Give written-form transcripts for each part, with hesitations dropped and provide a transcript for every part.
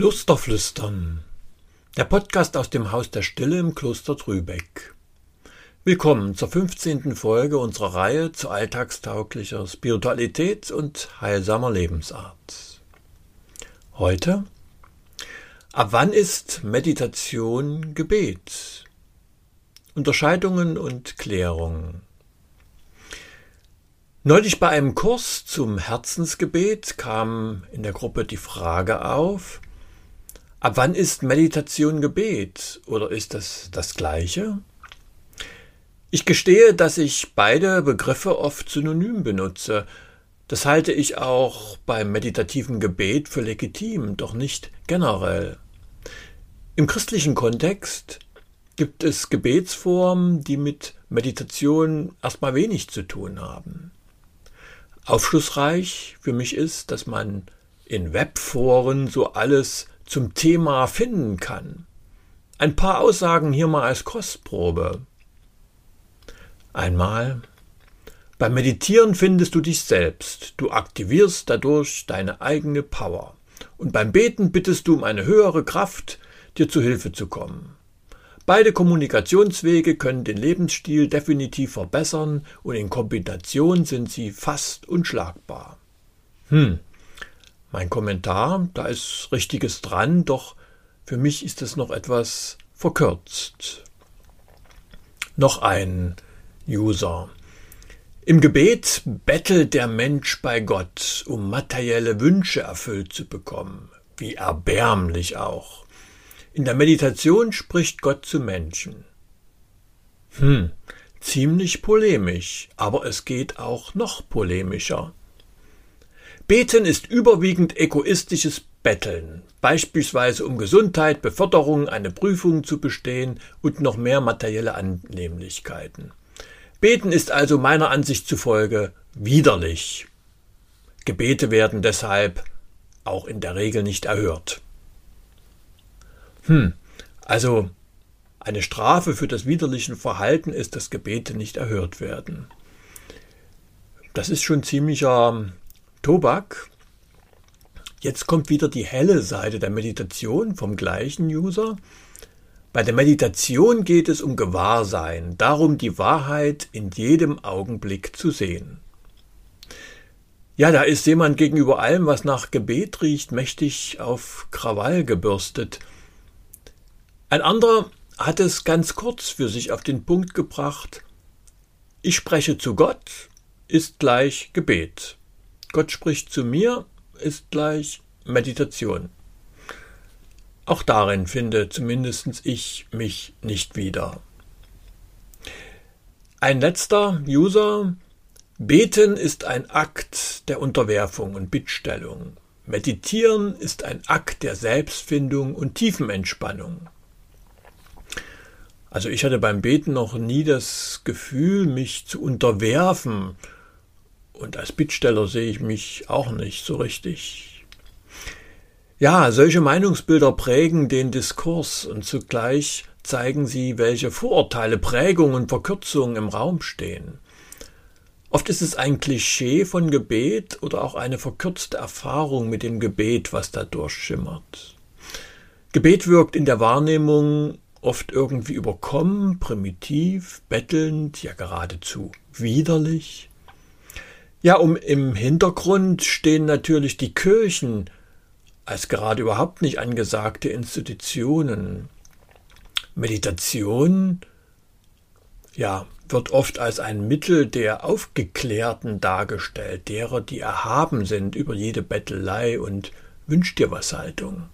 Klosterflüstern, der Podcast aus dem Haus der Stille im Kloster Trübeck. Willkommen zur 15. Folge unserer Reihe zu alltagstauglicher Spiritualität und heilsamer Lebensart. Heute: Ab wann ist Meditation Gebet? Unterscheidungen und Klärungen. Neulich bei einem Kurs zum Herzensgebet kam in der Gruppe die Frage auf: Ab wann ist Meditation Gebet oder ist das das Gleiche? Ich gestehe, dass ich beide Begriffe oft synonym benutze. Das halte ich auch beim meditativen Gebet für legitim, doch nicht generell. Im christlichen Kontext gibt es Gebetsformen, die mit Meditation erstmal wenig zu tun haben. Aufschlussreich für mich ist, dass man in Webforen so alles zum Thema finden kann. Ein paar Aussagen hier mal als Kostprobe. Einmal: Beim Meditieren findest du dich selbst. Du aktivierst dadurch deine eigene Power. Und beim Beten bittest du um eine höhere Kraft, dir zu Hilfe zu kommen. Beide Kommunikationswege können den Lebensstil definitiv verbessern und in Kombination sind sie fast unschlagbar. Mein Kommentar, da ist Richtiges dran, doch für mich ist es noch etwas verkürzt. Noch ein User. Im Gebet bettelt der Mensch bei Gott, um materielle Wünsche erfüllt zu bekommen. Wie erbärmlich auch. In der Meditation spricht Gott zu Menschen. Ziemlich polemisch, aber es geht auch noch polemischer. Beten ist überwiegend egoistisches Betteln, beispielsweise um Gesundheit, Beförderung, eine Prüfung zu bestehen und noch mehr materielle Annehmlichkeiten. Beten ist also meiner Ansicht zufolge widerlich. Gebete werden deshalb auch in der Regel nicht erhört. Also eine Strafe für das widerliche Verhalten ist, dass Gebete nicht erhört werden. Das ist schon ziemlicher Tobak. Jetzt kommt wieder die helle Seite der Meditation vom gleichen User. Bei der Meditation geht es um Gewahrsein, darum die Wahrheit in jedem Augenblick zu sehen. Ja, da ist jemand gegenüber allem, was nach Gebet riecht, mächtig auf Krawall gebürstet. Ein anderer hat es ganz kurz für sich auf den Punkt gebracht: Ich spreche zu Gott ist gleich Gebet. Gott spricht zu mir ist gleich Meditation. Auch darin finde zumindest ich mich nicht wieder. Ein letzter User: Beten ist ein Akt der Unterwerfung und Bittstellung. Meditieren ist ein Akt der Selbstfindung und Tiefenentspannung. Also ich hatte beim Beten noch nie das Gefühl, mich zu unterwerfen. Und als Bittsteller sehe ich mich auch nicht so richtig. Ja, solche Meinungsbilder prägen den Diskurs und zugleich zeigen sie, welche Vorurteile, Prägungen und Verkürzungen im Raum stehen. Oft ist es ein Klischee von Gebet oder auch eine verkürzte Erfahrung mit dem Gebet, was da durchschimmert. Gebet wirkt in der Wahrnehmung oft irgendwie überkommen, primitiv, bettelnd, ja geradezu widerlich. Ja, im Hintergrund stehen natürlich die Kirchen als gerade überhaupt nicht angesagte Institutionen. Meditation, ja, wird oft als ein Mittel der Aufgeklärten dargestellt, derer, die erhaben sind über jede Bettelei und Wünsch-dir-was-Haltung.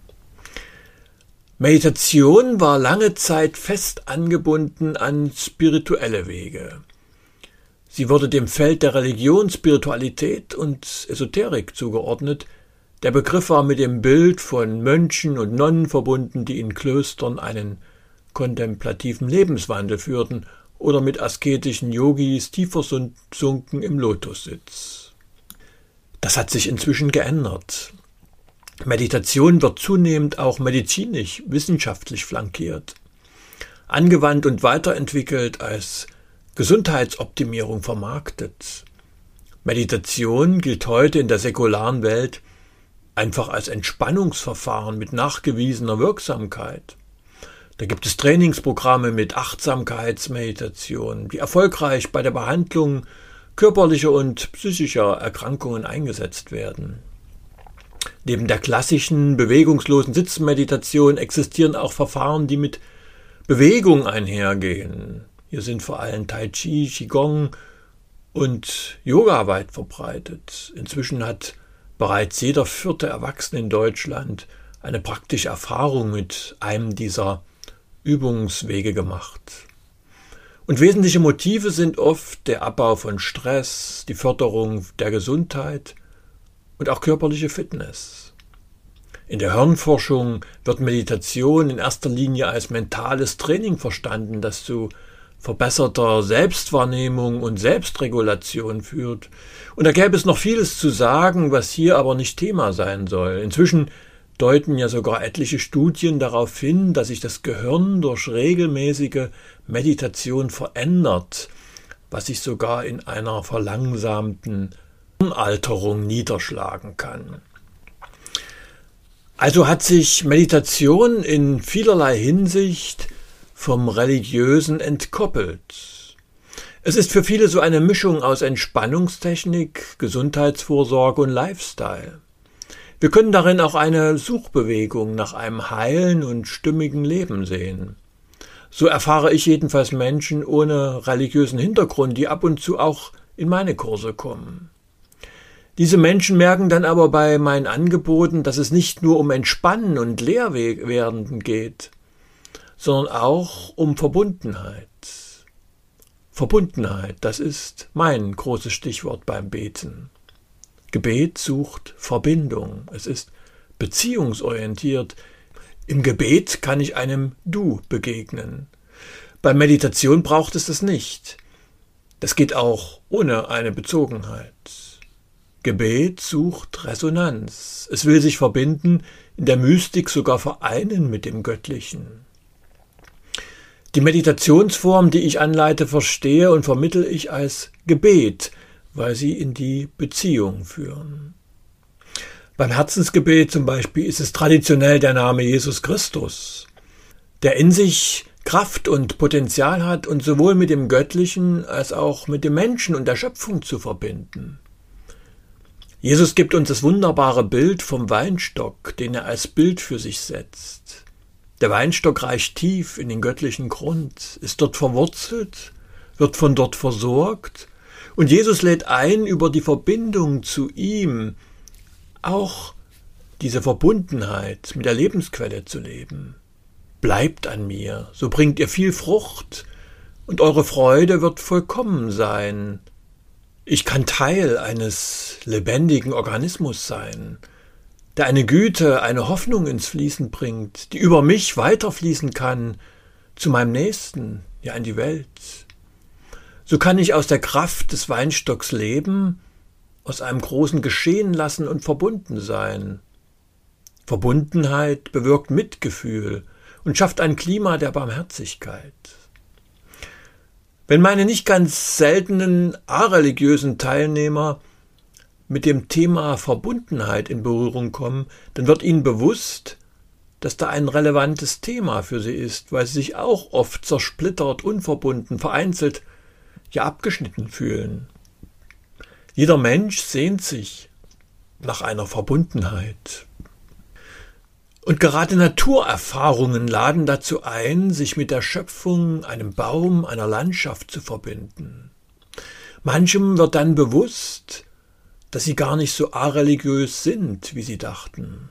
Meditation war lange Zeit fest angebunden an spirituelle Wege. Sie wurde dem Feld der Religion, Spiritualität und Esoterik zugeordnet. Der Begriff war mit dem Bild von Mönchen und Nonnen verbunden, die in Klöstern einen kontemplativen Lebenswandel führten oder mit asketischen Yogis tief versunken im Lotussitz. Das hat sich inzwischen geändert. Meditation wird zunehmend auch medizinisch, wissenschaftlich flankiert, angewandt und weiterentwickelt, als Gesundheitsoptimierung vermarktet. Meditation gilt heute in der säkularen Welt einfach als Entspannungsverfahren mit nachgewiesener Wirksamkeit. Da gibt es Trainingsprogramme mit Achtsamkeitsmeditation, die erfolgreich bei der Behandlung körperlicher und psychischer Erkrankungen eingesetzt werden. Neben der klassischen bewegungslosen Sitzmeditation existieren auch Verfahren, die mit Bewegung einhergehen. Hier sind vor allem Tai Chi, Qigong und Yoga weit verbreitet. Inzwischen hat bereits jeder 4. Erwachsene in Deutschland eine praktische Erfahrung mit einem dieser Übungswege gemacht. Und wesentliche Motive sind oft der Abbau von Stress, die Förderung der Gesundheit und auch körperliche Fitness. In der Hirnforschung wird Meditation in erster Linie als mentales Training verstanden, das zu verbesserter Selbstwahrnehmung und Selbstregulation führt. Und da gäbe es noch vieles zu sagen, was hier aber nicht Thema sein soll. Inzwischen deuten ja sogar etliche Studien darauf hin, dass sich das Gehirn durch regelmäßige Meditation verändert, was sich sogar in einer verlangsamten Hirnalterung niederschlagen kann. Also hat sich Meditation in vielerlei Hinsicht vom Religiösen entkoppelt. Es ist für viele so eine Mischung aus Entspannungstechnik, Gesundheitsvorsorge und Lifestyle. Wir können darin auch eine Suchbewegung nach einem heilen und stimmigen Leben sehen. So erfahre ich jedenfalls Menschen ohne religiösen Hintergrund, die ab und zu auch in meine Kurse kommen. Diese Menschen merken dann aber bei meinen Angeboten, dass es nicht nur um Entspannen und Leerwerden geht, sondern auch um Verbundenheit. Verbundenheit, das ist mein großes Stichwort beim Beten. Gebet sucht Verbindung. Es ist beziehungsorientiert. Im Gebet kann ich einem Du begegnen. Bei Meditation braucht es das nicht. Das geht auch ohne eine Bezogenheit. Gebet sucht Resonanz. Es will sich verbinden, in der Mystik sogar vereinen mit dem Göttlichen. Die Meditationsform, die ich anleite, verstehe und vermittle ich als Gebet, weil sie in die Beziehung führen. Beim Herzensgebet zum Beispiel ist es traditionell der Name Jesus Christus, der in sich Kraft und Potenzial hat, uns sowohl mit dem Göttlichen als auch mit dem Menschen und der Schöpfung zu verbinden. Jesus gibt uns das wunderbare Bild vom Weinstock, den er als Bild für sich setzt. Der Weinstock reicht tief in den göttlichen Grund, ist dort verwurzelt, wird von dort versorgt. Und Jesus lädt ein, über die Verbindung zu ihm auch diese Verbundenheit mit der Lebensquelle zu leben. Bleibt an mir, so bringt ihr viel Frucht, und eure Freude wird vollkommen sein. Ich kann Teil eines lebendigen Organismus sein, der eine Güte, eine Hoffnung ins Fließen bringt, die über mich weiterfließen kann zu meinem Nächsten, ja in die Welt. So kann ich aus der Kraft des Weinstocks leben, aus einem großen Geschehen lassen und verbunden sein. Verbundenheit bewirkt Mitgefühl und schafft ein Klima der Barmherzigkeit. Wenn meine nicht ganz seltenen areligiösen Teilnehmer mit dem Thema Verbundenheit in Berührung kommen, dann wird ihnen bewusst, dass da ein relevantes Thema für sie ist, weil sie sich auch oft zersplittert, unverbunden, vereinzelt, ja abgeschnitten fühlen. Jeder Mensch sehnt sich nach einer Verbundenheit. Und gerade Naturerfahrungen laden dazu ein, sich mit der Schöpfung, einem Baum, einer Landschaft zu verbinden. Manchem wird dann bewusst, dass sie gar nicht so areligiös sind, wie sie dachten.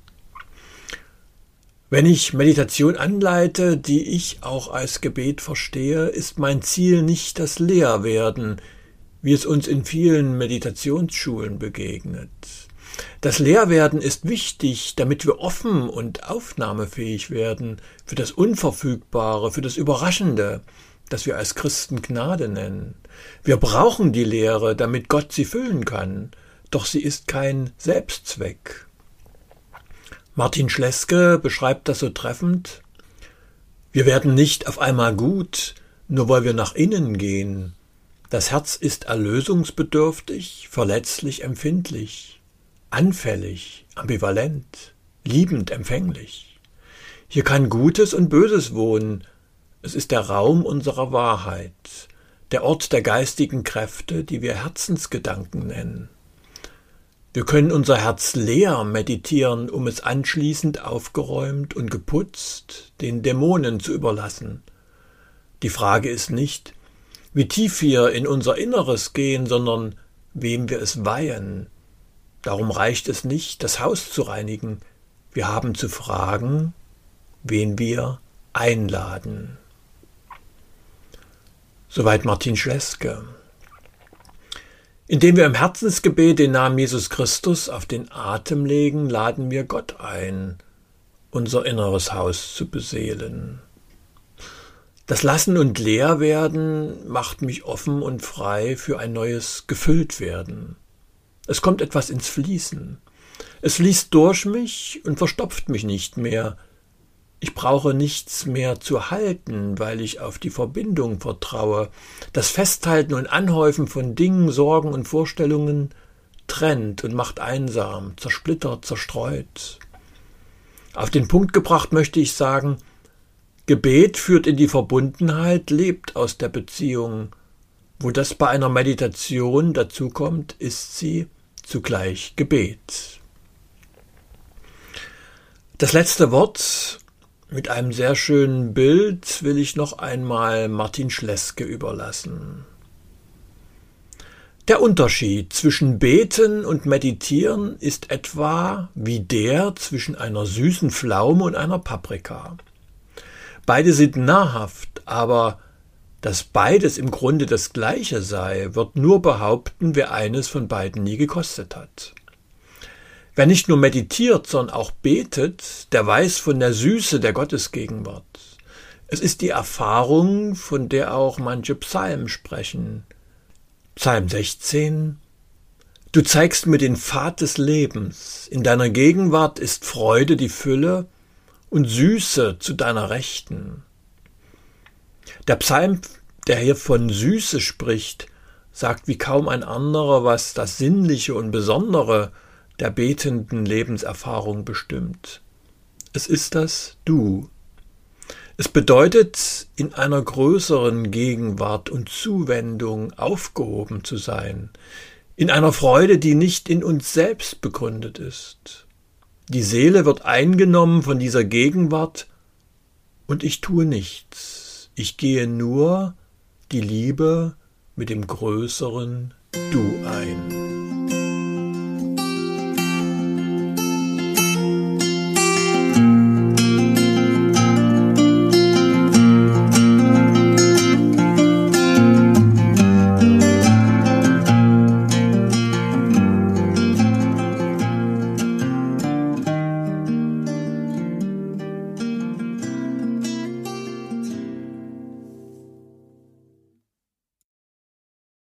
Wenn ich Meditation anleite, die ich auch als Gebet verstehe, ist mein Ziel nicht das Leerwerden, wie es uns in vielen Meditationsschulen begegnet. Das Leerwerden ist wichtig, damit wir offen und aufnahmefähig werden für das Unverfügbare, für das Überraschende, das wir als Christen Gnade nennen. Wir brauchen die Leere, damit Gott sie füllen kann, doch sie ist kein Selbstzweck. Martin Schleske beschreibt das so treffend: Wir werden nicht auf einmal gut, nur weil wir nach innen gehen. Das Herz ist erlösungsbedürftig, verletzlich, empfindlich. anfällig, ambivalent, liebend, empfänglich. Hier kann Gutes und Böses wohnen. Es ist der Raum unserer Wahrheit, der Ort der geistigen Kräfte, die wir Herzensgedanken nennen. Wir können unser Herz leer meditieren, um es anschließend aufgeräumt und geputzt den Dämonen zu überlassen. Die Frage ist nicht, wie tief wir in unser Inneres gehen, sondern wem wir es weihen. Darum reicht es nicht, das Haus zu reinigen. Wir haben zu fragen, wen wir einladen. Soweit Martin Schleske. Indem wir im Herzensgebet den Namen Jesus Christus auf den Atem legen, laden wir Gott ein, unser inneres Haus zu beseelen. Das Lassen und Leerwerden macht mich offen und frei für ein neues Gefülltwerden. Es kommt etwas ins Fließen. Es fließt durch mich und verstopft mich nicht mehr. Ich brauche nichts mehr zu halten, weil ich auf die Verbindung vertraue. Das Festhalten und Anhäufen von Dingen, Sorgen und Vorstellungen trennt und macht einsam, zersplittert, zerstreut. Auf den Punkt gebracht möchte ich sagen, Gebet führt in die Verbundenheit, lebt aus der Beziehung. Wo das bei einer Meditation dazukommt, ist sie zugleich Gebet. Das letzte Wort mit einem sehr schönen Bild will ich noch einmal Martin Schleske überlassen. Der Unterschied zwischen Beten und Meditieren ist etwa wie der zwischen einer süßen Pflaume und einer Paprika. Beide sind nahrhaft, aber dass beides im Grunde das Gleiche sei, wird nur behaupten, wer eines von beiden nie gekostet hat. Wer nicht nur meditiert, sondern auch betet, der weiß von der Süße der Gottesgegenwart. Es ist die Erfahrung, von der auch manche Psalmen sprechen. Psalm 16: Du zeigst mir den Pfad des Lebens. In deiner Gegenwart ist Freude die Fülle und Süße zu deiner Rechten. Der Psalm, der hier von Süße spricht, sagt wie kaum ein anderer, was das Sinnliche und Besondere der betenden Lebenserfahrung bestimmt. Es ist das Du. Es bedeutet, in einer größeren Gegenwart und Zuwendung aufgehoben zu sein, in einer Freude, die nicht in uns selbst begründet ist. Die Seele wird eingenommen von dieser Gegenwart und ich tue nichts. Ich gehe nur die Liebe mit dem größeren Du ein.